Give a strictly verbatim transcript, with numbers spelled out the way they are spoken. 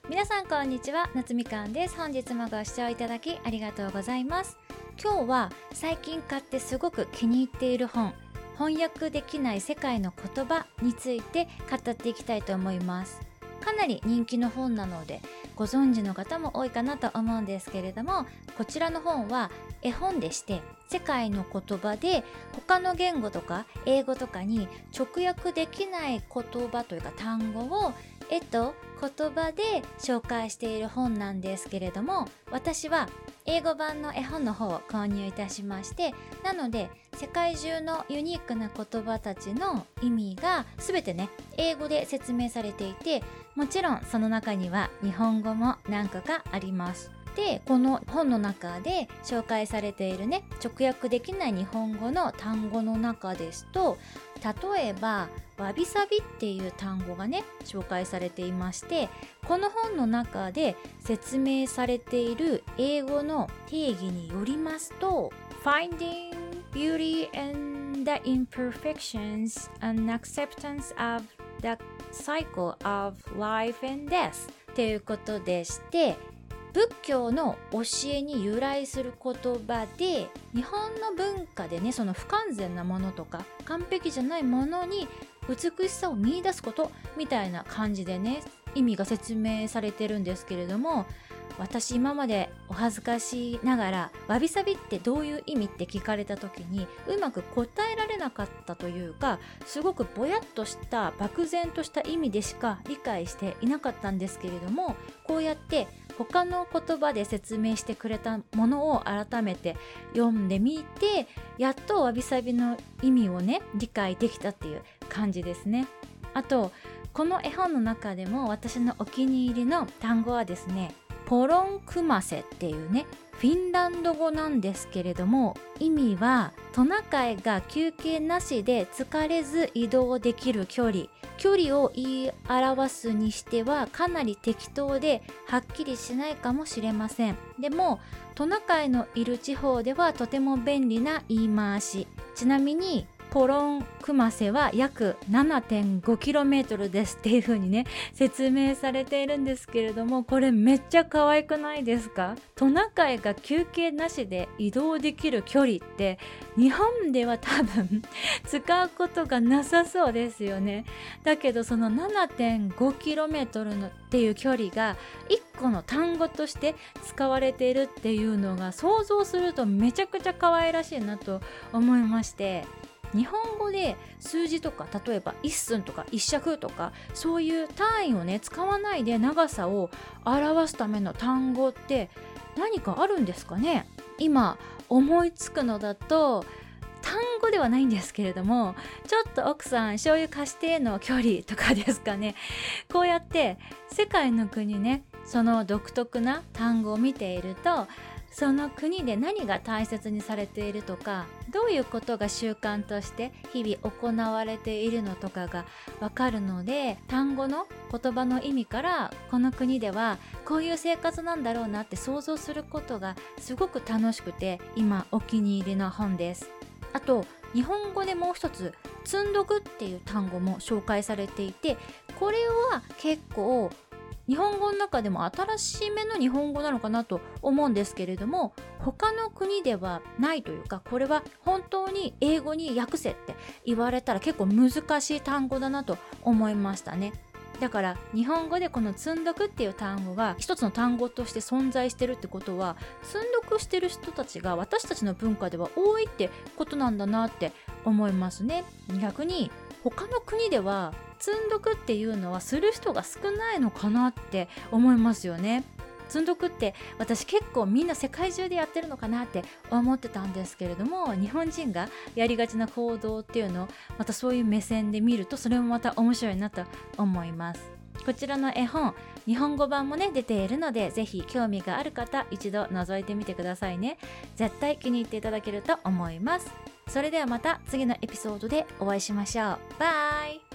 皆さんこんにちは、夏みかんです。本日もご視聴いただきありがとうございます。今日は最近買ってすごく気に入っている本、翻訳できない世界の言葉について語っていきたいと思います。かなり人気の本なのでご存知の方も多いかなと思うんですけれども、こちらの本は絵本でして、世界の言葉で他の言語とか英語とかに直訳できない言葉というか単語を絵と言葉で紹介している本なんですけれども、私は英語版の絵本の方を購入いたしまして、なので世界中のユニークな言葉たちの意味が全てね英語で説明されていて、もちろんその中には日本語も何個かあります。で、この本の中で紹介されているね直訳できない日本語の単語の中ですと、例えばわびさびっていう単語がね紹介されていまして、この本の中で説明されている英語の定義によりますと、 Finding beauty in the imperfections and acceptance of the cycle of life and death っていうことでして、仏教の教えに由来する言葉で、日本の文化でねその不完全なものとか完璧じゃないものに美しさを見出すことみたいな感じでね意味が説明されてるんですけれども、私今までお恥ずかしながらわびさびってどういう意味って聞かれた時にうまく答えられなかったというか、すごくぼやっとした漠然とした意味でしか理解していなかったんですけれども、こうやって他の言葉で説明してくれたものを改めて読んでみて、やっとわびさびの意味をね理解できたっていう感じですね。あとこの絵本の中でも私のお気に入りの単語はですね、ポロンクマセっていうねフィンランド語なんですけれども、意味はトナカイが休憩なしで疲れず移動できる距離距離を言い表すにしてはかなり適当ではっきりしないかもしれません。でもトナカイのいる地方ではとても便利な言い回し。ちなみにポロンクマセは約 ななてんごキロメートル ですっていう風にね説明されているんですけれども、これめっちゃ可愛くないですか？トナカイが休憩なしで移動できる距離って日本では多分使うことがなさそうですよね。だけどその ななてんごキロメートル のっていう距離がいっこの単語として使われているっていうのが想像するとめちゃくちゃ可愛らしいなと思いまして、日本語で数字とか例えば一寸とか一尺とかそういう単位をね使わないで長さを表すための単語って何かあるんですかね。今思いつくのだと単語ではないんですけれども、ちょっと奥さん醤油貸しての距離とかですかね。こうやって世界の国ねその独特な単語を見ていると、その国で何が大切にされているとか、どういうことが習慣として日々行われているのとかがわかるので、単語の言葉の意味からこの国ではこういう生活なんだろうなって想像することがすごく楽しくて、今お気に入りの本です。あと日本語でもう一つ積んどくっていう単語も紹介されていて、これは結構日本語の中でも新しめの日本語なのかなと思うんですけれども、他の国ではないというか、これは本当に英語に訳せって言われたら結構難しい単語だなと思いましたね。だから日本語でこの積んどくっていう単語が一つの単語として存在してるってことは、積んどくしてる人たちが私たちの文化では多いってことなんだなって思いますね。逆に他の国では積んどくっていうのはする人が少ないのかなって思いますよね。積んどくって私結構みんな世界中でやってるのかなって思ってたんですけれども、日本人がやりがちな行動っていうのをまたそういう目線で見ると、それもまた面白いなと思います。こちらの絵本日本語版もね出ているので、ぜひ興味がある方一度覗いてみてくださいね。絶対気に入っていただけると思います。それではまた次のエピソードでお会いしましょう。バイ。